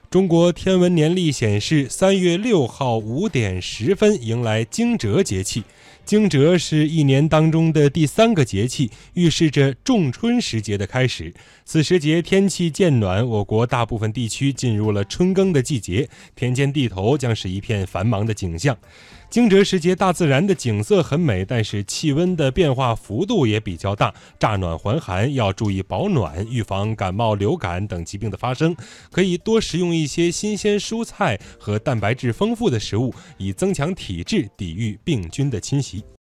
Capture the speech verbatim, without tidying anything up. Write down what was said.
中国天文年历显示，三月六号五点十分迎来惊蛰节气。惊蛰是一年当中的第三个节气，预示着仲春时节的开始。此时节天气渐暖，我国大部分地区进入了春耕的季节，田间地头将是一片繁忙的景象。惊蛰时节，大自然的景色很美，但是气温的变化幅度也比较大，乍暖还寒，要注意保暖，预防感冒、流感等疾病的发生。可以多食用一些新鲜蔬菜和蛋白质丰富的食物，以增强体质，抵御病菌的侵袭。